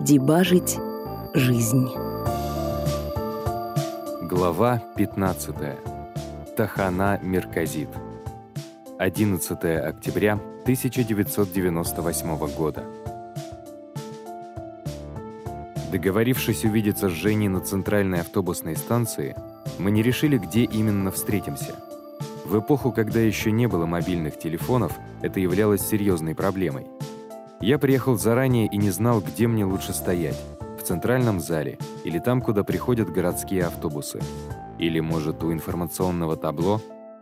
Дебажить жизнь. Глава 15. Тахана Мерказит. 11 октября 1998 года. Договорившись увидеться с Женей на центральной автобусной станции, мы не решили, где именно встретимся. В эпоху, когда еще не было мобильных телефонов, это являлось серьезной проблемой. Я приехал заранее и не знал, где мне лучше стоять – в центральном зале или там, куда приходят городские автобусы. Или, может, у информационного табло?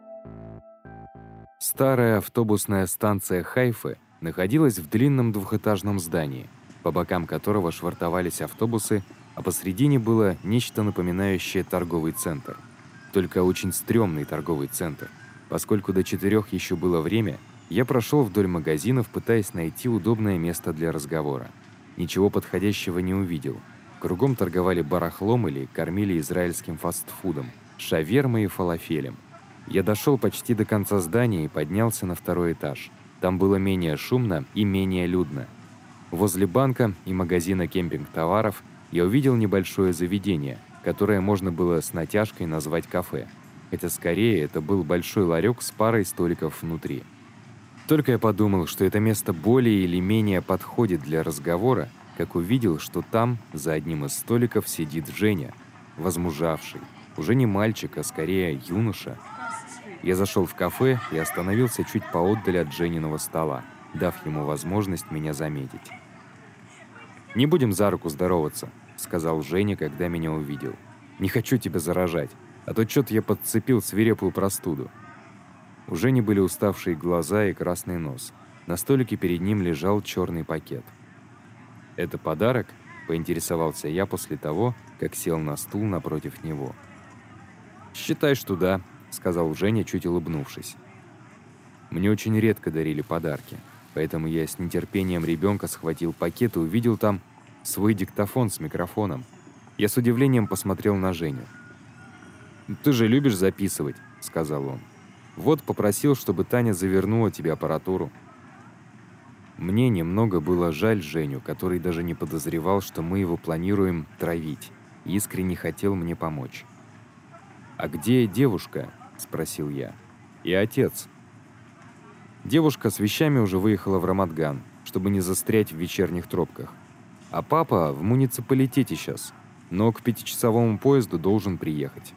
Старая автобусная станция Хайфы находилась в длинном двухэтажном здании, по бокам которого швартовались автобусы, а посредине было нечто напоминающее торговый центр. Только очень стрёмный торговый центр. Поскольку до 4 еще было время, я прошел вдоль магазинов, пытаясь найти удобное место для разговора. Ничего подходящего не увидел. Кругом торговали барахлом или кормили израильским фастфудом, шавермой и фалафелем. Я дошел почти до конца здания и поднялся на 2-й этаж. Там было менее шумно и менее людно. Возле банка и магазина кемпинг-товаров я увидел небольшое заведение, которое можно было с натяжкой назвать кафе. Хотя скорее это был большой ларек с парой столиков внутри. Только я подумал, что это место более или менее подходит для разговора, как увидел, что там, за одним из столиков, сидит Женя, возмужавший, уже не мальчик, а скорее юноша. Я зашел в кафе и остановился чуть поотдаль от Жениного стола, дав ему возможность меня заметить. «Не будем за руку здороваться», — сказал Женя, когда меня увидел. «Не хочу тебя заражать, а то чё-то я подцепил свирепую простуду». У Жени были уставшие глаза и красный нос. На столике перед ним лежал черный пакет. «Это подарок?» — поинтересовался я после того, как сел на стул напротив него. «Считай, что да», — сказал Женя, чуть улыбнувшись. Мне очень редко дарили подарки, поэтому я с нетерпением ребенка схватил пакет и увидел там свой диктофон с микрофоном. Я с удивлением посмотрел на Женю. «Ты же любишь записывать», — сказал он. «Вот попросил, чтобы Таня завернула тебе аппаратуру». Мне немного было жаль Женю, который даже не подозревал, что мы его планируем травить, и искренне хотел мне помочь. «А где девушка?» – спросил я. «И отец?» Девушка с вещами уже выехала в Рамадган, чтобы не застрять в вечерних тропках. А папа в муниципалитете сейчас, но к 5-часовому поезду должен приехать.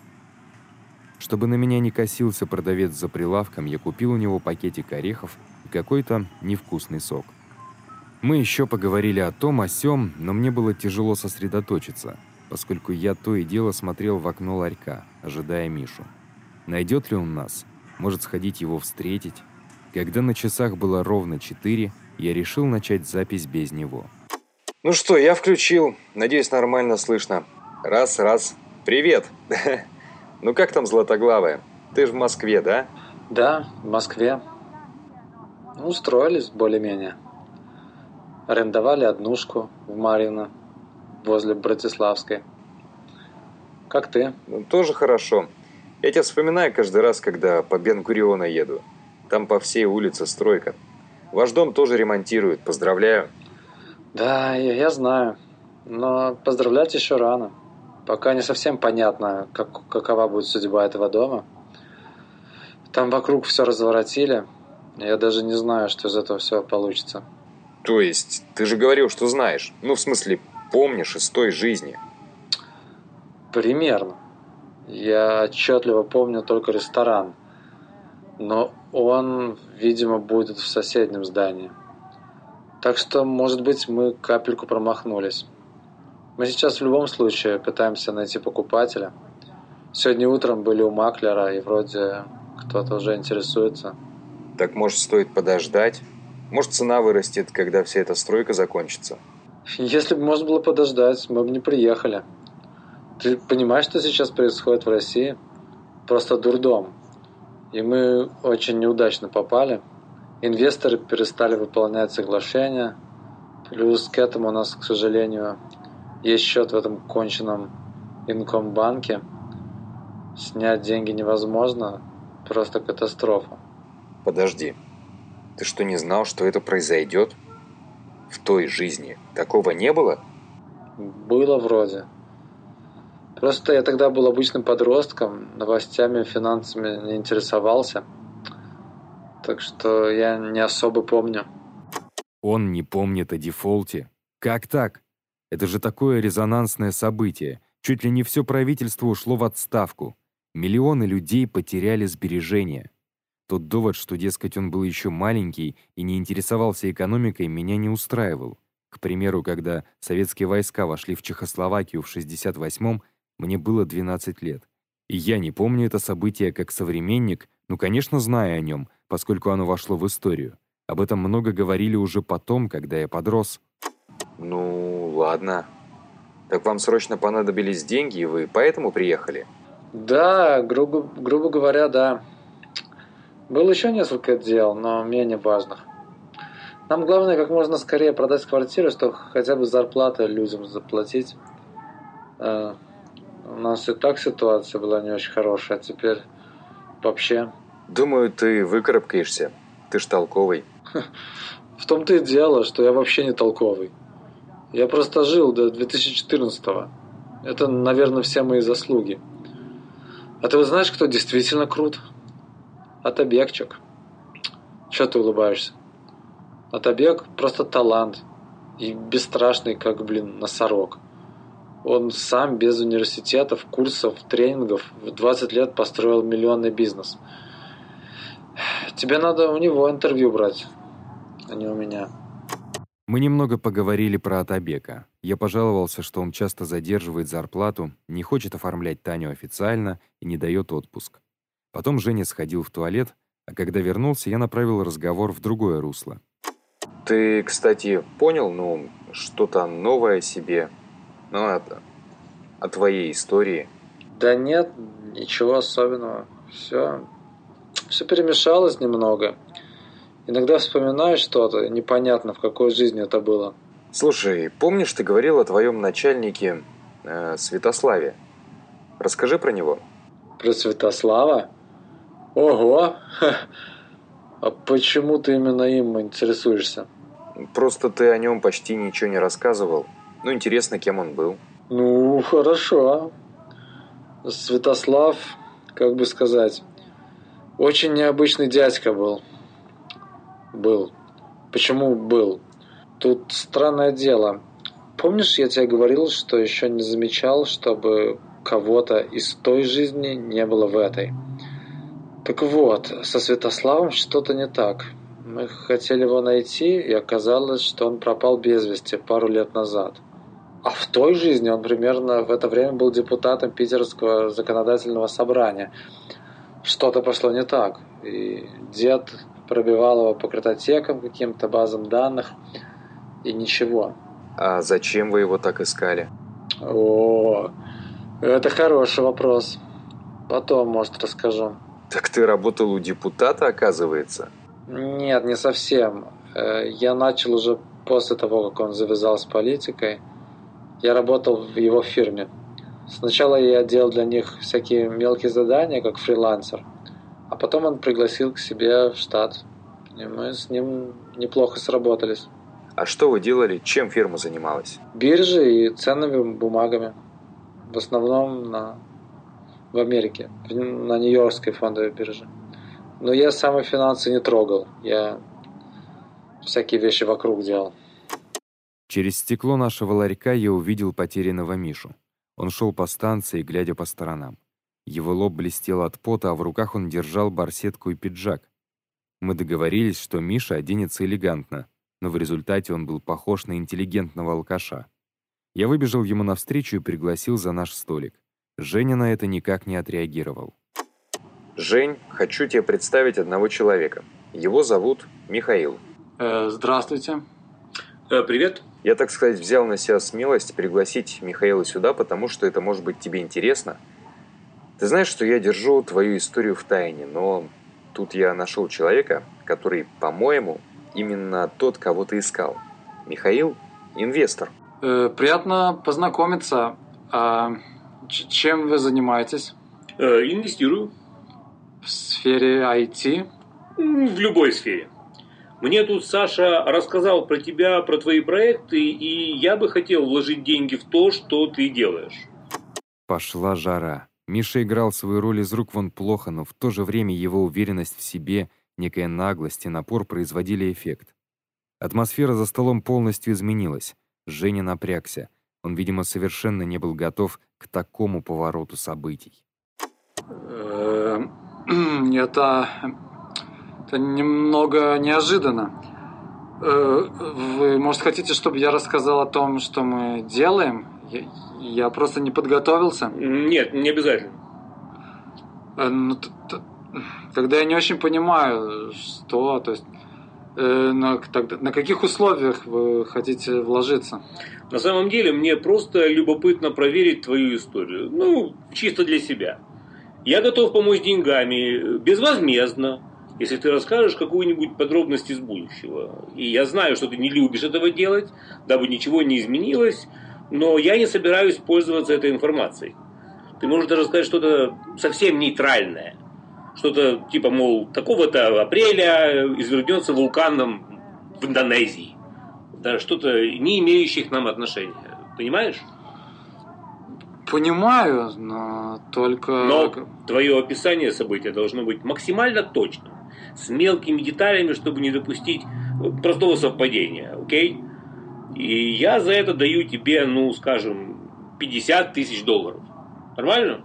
Чтобы на меня не косился продавец за прилавком, я купил у него пакетик орехов и какой-то невкусный сок. Мы еще поговорили о том, о сём, но мне было тяжело сосредоточиться, поскольку я то и дело смотрел в окно ларька, ожидая Мишу. Найдет ли он нас? Может, сходить его встретить? Когда на часах было ровно 4, я решил начать запись без него. Ну что, я включил. Надеюсь, нормально слышно. Раз. Привет! Ну как там, Златоглавая? Ты ж в Москве, да? Да, в Москве. Устроились более-менее. Арендовали однушку в Марьино, возле Братиславской. Как ты? Ну, тоже хорошо. Я тебя вспоминаю каждый раз, когда по Бен-Гуриона еду. Там по всей улице стройка. Ваш дом тоже ремонтируют. Поздравляю. Да, я знаю. Но поздравлять еще рано. Пока не совсем понятно, какова будет судьба этого дома. Там вокруг все разворотили. Я даже не знаю, что из этого всего получится. То есть, ты же говорил, что знаешь. Ну, в смысле, помнишь из той жизни. Примерно. Я отчетливо помню только ресторан. Но он, видимо, будет в соседнем здании. Так что, может быть, мы капельку промахнулись. Мы сейчас в любом случае пытаемся найти покупателя. Сегодня утром были у маклера, и вроде кто-то уже интересуется. Так, может, стоит подождать? Может, цена вырастет, когда вся эта стройка закончится? Если бы можно было подождать, мы бы не приехали. Ты понимаешь, что сейчас происходит в России? Просто дурдом. И мы очень неудачно попали. Инвесторы перестали выполнять соглашения. Плюс к этому у нас, к сожалению, есть счет в этом конченном Инкомбанке. Снять деньги невозможно. Просто катастрофа. Подожди. Ты что, не знал, что это произойдет? В той жизни такого не было? Было вроде. Просто я тогда был обычным подростком, новостями, финансами не интересовался. Так что я не особо помню. Он не помнит о дефолте. Как так? Это же такое резонансное событие. Чуть ли не все правительство ушло в отставку. Миллионы людей потеряли сбережения. Тот довод, что, дескать, он был еще маленький и не интересовался экономикой, меня не устраивал. К примеру, когда советские войска вошли в Чехословакию в 1968-м, мне было 12 лет. И я не помню это событие как современник, ну, конечно, знаю о нем, поскольку оно вошло в историю. Об этом много говорили уже потом, когда я подрос. Ну, ладно. Так вам срочно понадобились деньги, и вы поэтому приехали? Да, грубо говоря, да. Было еще несколько дел, но менее важных. Нам главное как можно скорее продать квартиру, чтобы хотя бы зарплаты людям заплатить. У нас и так ситуация была не очень хорошая, а теперь вообще. Думаю, ты выкарабкаешься. Ты ж толковый. В том-то и дело, что я вообще не толковый. Я просто жил до 2014-го. Это, наверное, все мои заслуги. А ты вот знаешь, кто действительно крут? Атабекчик. Чего ты улыбаешься? Атабек просто талант. И бесстрашный, как, носорог. Он сам без университетов, курсов, тренингов в 20 лет построил миллионный бизнес. Тебе надо у него интервью брать, а не у меня. Мы немного поговорили про Атабека. Я пожаловался, что он часто задерживает зарплату, не хочет оформлять Таню официально и не дает отпуск. Потом Женя сходил в туалет, а когда вернулся, я направил разговор в другое русло. Ты, кстати, понял, что-то новое о себе? О твоей истории? Да нет, ничего особенного. Все перемешалось немного. Иногда вспоминаю что-то, непонятно, в какой жизни это было. Слушай, помнишь, ты говорил о твоем начальнике Святославе? Расскажи про него. Про Святослава? Ого! А почему ты именно им интересуешься? Просто ты о нем почти ничего не рассказывал. Интересно, кем он был. Ну, хорошо. Святослав, как бы сказать, очень необычный дядька был. Почему был? Тут странное дело. Помнишь, я тебе говорил, что еще не замечал, чтобы кого-то из той жизни не было в этой? Так вот, со Святославом что-то не так. Мы хотели его найти, и оказалось, что он пропал без вести пару лет назад. А в той жизни он примерно в это время был депутатом Питерского законодательного собрания. Что-то пошло не так. И дед пробивал его по картотекам, каким-то базам данных, и ничего. А зачем вы его так искали? О, это хороший вопрос. Потом, может, расскажу. Так ты работал у депутата, оказывается? Нет, не совсем. Я начал уже после того, как он завязал с политикой. Я работал в его фирме. Сначала я делал для них всякие мелкие задания, как фрилансер. А потом он пригласил к себе в штат. И мы с ним неплохо сработались. А что вы делали? Чем фирма занималась? Биржей и ценными бумагами. В основном в Америке. На Нью-Йоркской фондовой бирже. Но я сами финансы не трогал. Я всякие вещи вокруг делал. Через стекло нашего ларька я увидел потерянного Мишу. Он шел по станции, глядя по сторонам. Его лоб блестел от пота, а в руках он держал барсетку и пиджак. Мы договорились, что Миша оденется элегантно, но в результате он был похож на интеллигентного алкаша. Я выбежал ему навстречу и пригласил за наш столик. Женя на это никак не отреагировал. Жень, хочу тебе представить одного человека. Его зовут Михаил. Здравствуйте. Привет. Я, так сказать, взял на себя смелость пригласить Михаила сюда, потому что это может быть тебе интересно. Ты знаешь, что я держу твою историю в тайне, но тут я нашел человека, который, по-моему, именно тот, кого ты искал. Михаил – инвестор. Приятно познакомиться. Чем вы занимаетесь? Инвестирую. В сфере IT? В любой сфере. Мне тут Саша рассказал про тебя, про твои проекты, и я бы хотел вложить деньги в то, что ты делаешь. Пошла жара. Миша играл свою роль из рук вон плохо, но в то же время его уверенность в себе, некая наглость и напор производили эффект. Атмосфера за столом полностью изменилась. Женя напрягся. Он, видимо, совершенно не был готов к такому повороту событий. Это немного неожиданно. Вы, может, хотите, чтобы я рассказал о том, что мы делаем? Я просто не подготовился. Нет, не обязательно. Тогда я не очень понимаю, что, то есть, на каких условиях вы хотите вложиться? На самом деле, мне просто любопытно проверить твою историю. Ну, чисто для себя. Я готов помочь деньгами, безвозмездно, если ты расскажешь какую-нибудь подробность из будущего. И я знаю, что ты не любишь этого делать, дабы ничего не изменилось, но я не собираюсь пользоваться этой информацией. Ты можешь даже сказать что-то совсем нейтральное. Что-то типа, мол, такого-то апреля извернется вулканом в Индонезии. Да, что-то не имеющее к нам отношения. Понимаешь? Понимаю, но только... Но твое описание события должно быть максимально точным. С мелкими деталями, чтобы не допустить простого совпадения. Окей? И я за это даю тебе, ну, скажем, $50 тысяч. Нормально?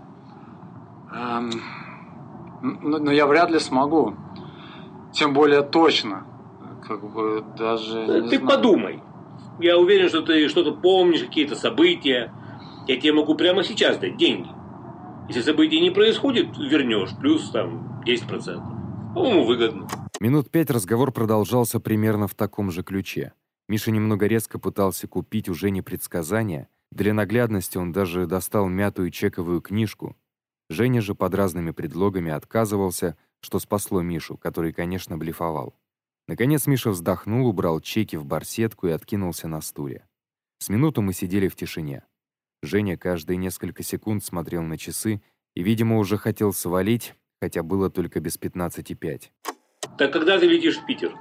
Но я вряд ли смогу. Тем более точно. Как бы даже не Ты знаю. подумай. Я уверен, что ты что-то помнишь, какие-то события. Я тебе могу прямо сейчас дать деньги. Если событие не происходит, вернешь. Плюс там 10%. По-моему, выгодно. Минут 5 разговор продолжался примерно в таком же ключе. Миша немного резко пытался купить уже не предсказания. Для наглядности он даже достал мятую чековую книжку. Женя же под разными предлогами отказывался, что спасло Мишу, который, конечно, блефовал. Наконец Миша вздохнул, убрал чеки в барсетку и откинулся на стуле. С минуту мы сидели в тишине. Женя каждые несколько секунд смотрел на часы и, видимо, уже хотел свалить, хотя было только без 15:05. Так когда ты летишь в Питер?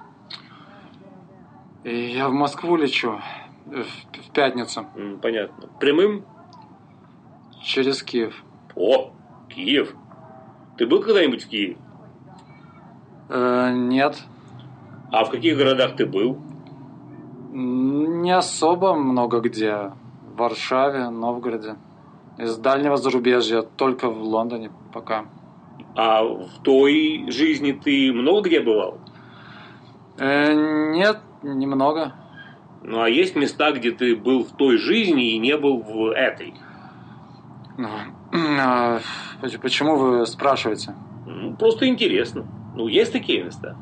Я в Москву лечу. В пятницу. Понятно. Прямым? Через Киев. О, Киев. Ты был когда-нибудь в Киеве? Нет. А в каких городах ты был? Не особо много где. В Варшаве, Новгороде. Из дальнего зарубежья, только в Лондоне пока. А в той жизни ты много где бывал? Нет, немного. Ну, а есть места, где ты был в той жизни и не был в этой? Почему вы спрашиваете? Просто интересно. Ну, есть такие места?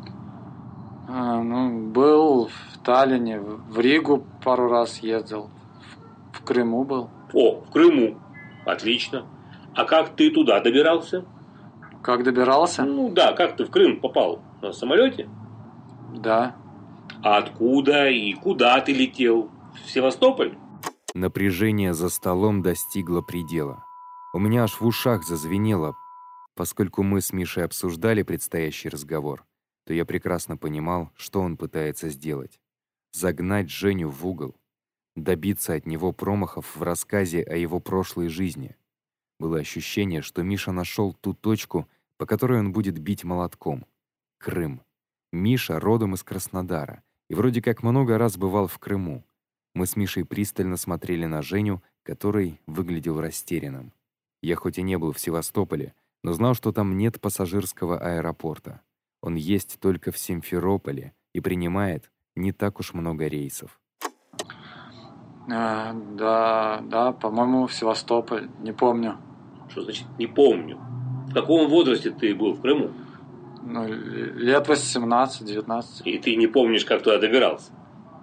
Был в Таллине, в Ригу пару раз ездил. В Крыму был. О, в Крыму. Отлично. А как ты туда добирался? Как добирался? Ну да, как ты в Крым попал? На самолете? Да. А откуда и куда ты летел? В Севастополь? Напряжение за столом достигло предела. У меня аж в ушах зазвенело. Поскольку мы с Мишей обсуждали предстоящий разговор, то я прекрасно понимал, что он пытается сделать. Загнать Женю в угол. Добиться от него промахов в рассказе о его прошлой жизни. Было ощущение, что Миша нашел ту точку, по которой он будет бить молотком. Крым. Миша родом из Краснодара и вроде как много раз бывал в Крыму. Мы с Мишей пристально смотрели на Женю, который выглядел растерянным. Я хоть и не был в Севастополе, но знал, что там нет пассажирского аэропорта. Он есть только в Симферополе и принимает не так уж много рейсов. Да, по-моему, в Севастополь. Не помню. Что значит «не помню»? В каком возрасте ты был в Крыму? Лет 18-19. И ты не помнишь, как туда добирался?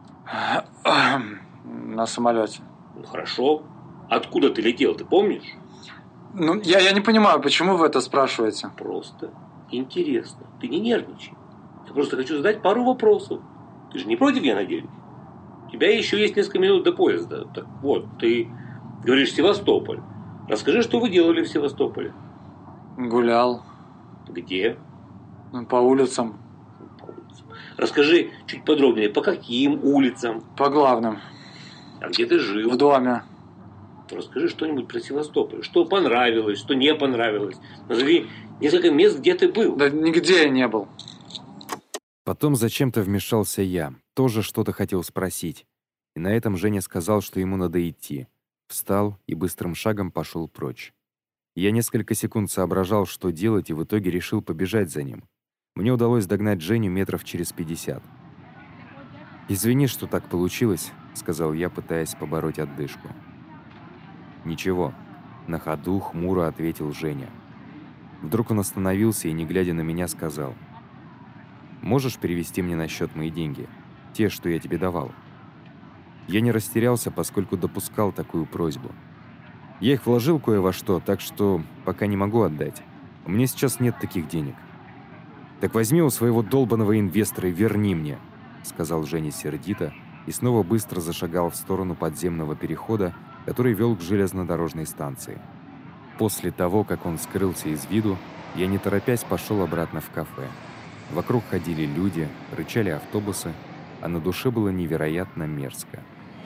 На самолете. Ну хорошо. Откуда ты летел, ты помнишь? Я не понимаю, почему вы это спрашиваете? Просто интересно. Ты не нервничай. Я просто хочу задать пару вопросов. Ты же не против, я надеюсь? У тебя еще есть несколько минут до поезда. Так вот, ты говоришь Севастополь. Расскажи, что вы делали в Севастополе? Гулял. Где? По улицам. По улицам. улицам. Расскажи чуть подробнее, по каким улицам, По главным. а где ты жил. В доме. Расскажи что-нибудь про Севастополь. Что понравилось, что не понравилось. Назови несколько мест, где ты был. Да нигде я не был. Потом зачем-то вмешался я, тоже что-то хотел спросить. И на этом Женя сказал, что ему надо идти. Встал и быстрым шагом пошел прочь. Я несколько секунд соображал, что делать, и в итоге решил побежать за ним. Мне удалось догнать Женю метров через 50. «Извини, что так получилось», — сказал я, пытаясь побороть отдышку. «Ничего», — на ходу хмуро ответил Женя. Вдруг он остановился и, не глядя на меня, сказал: «Можешь перевести мне на счет мои деньги? Те, что я тебе давал?» Я не растерялся, поскольку допускал такую просьбу. Я их вложил кое во что, так что пока не могу отдать. У меня сейчас нет таких денег. «Так возьми у своего долбаного инвестора и верни мне», — сказал Женя сердито и снова быстро зашагал в сторону подземного перехода, который вел к железнодорожной станции. После того, как он скрылся из виду, я не торопясь пошел обратно в кафе. Вокруг ходили люди, рычали автобусы, а на душе было невероятно мерзко.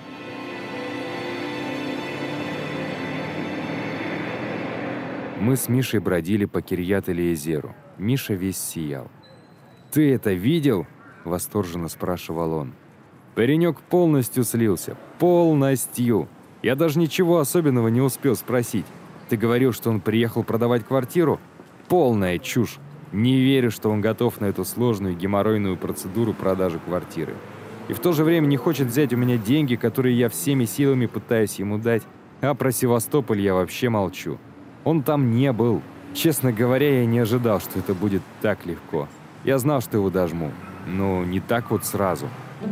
Мы с Мишей бродили по Кирьят-Элиезеру. Миша весь сиял. «Ты это видел?» – восторженно спрашивал он. «Паренек полностью слился. Полностью. Я даже ничего особенного не успел спросить. Ты говорил, что он приехал продавать квартиру? Полная чушь. Не верю, что он готов на эту сложную геморройную процедуру продажи квартиры. И в то же время не хочет взять у меня деньги, которые я всеми силами пытаюсь ему дать. А про Севастополь я вообще молчу. Он там не был. Честно говоря, я не ожидал, что это будет так легко. Я знал, что его дожму, но не так вот сразу».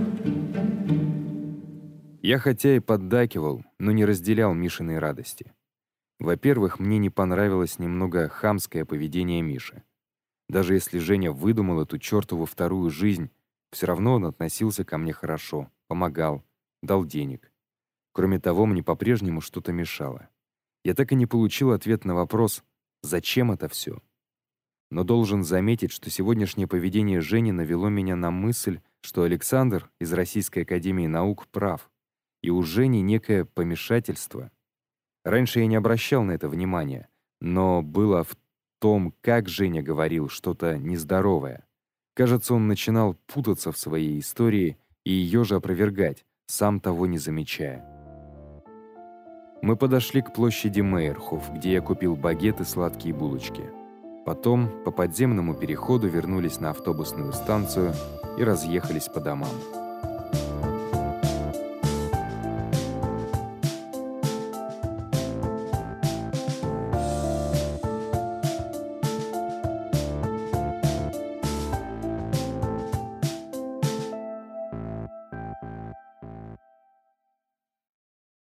Я хотя и поддакивал, но не разделял Мишиной радости. Во-первых, мне не понравилось немного хамское поведение Миши. Даже если Женя выдумал эту чертову вторую жизнь, все равно он относился ко мне хорошо, помогал, дал денег. Кроме того, мне по-прежнему что-то мешало. Я так и не получил ответ на вопрос, зачем это все. Но должен заметить, что сегодняшнее поведение Жени навело меня на мысль, что Александр из Российской академии наук прав, и у Жени некое помешательство. Раньше я не обращал на это внимания, но было в том, как Женя говорил, что-то нездоровое. Кажется, он начинал путаться в своей истории и ее же опровергать, сам того не замечая. Мы подошли к площади Мейерхоф, где я купил багет и сладкие булочки. Потом по подземному переходу вернулись на автобусную станцию и разъехались по домам.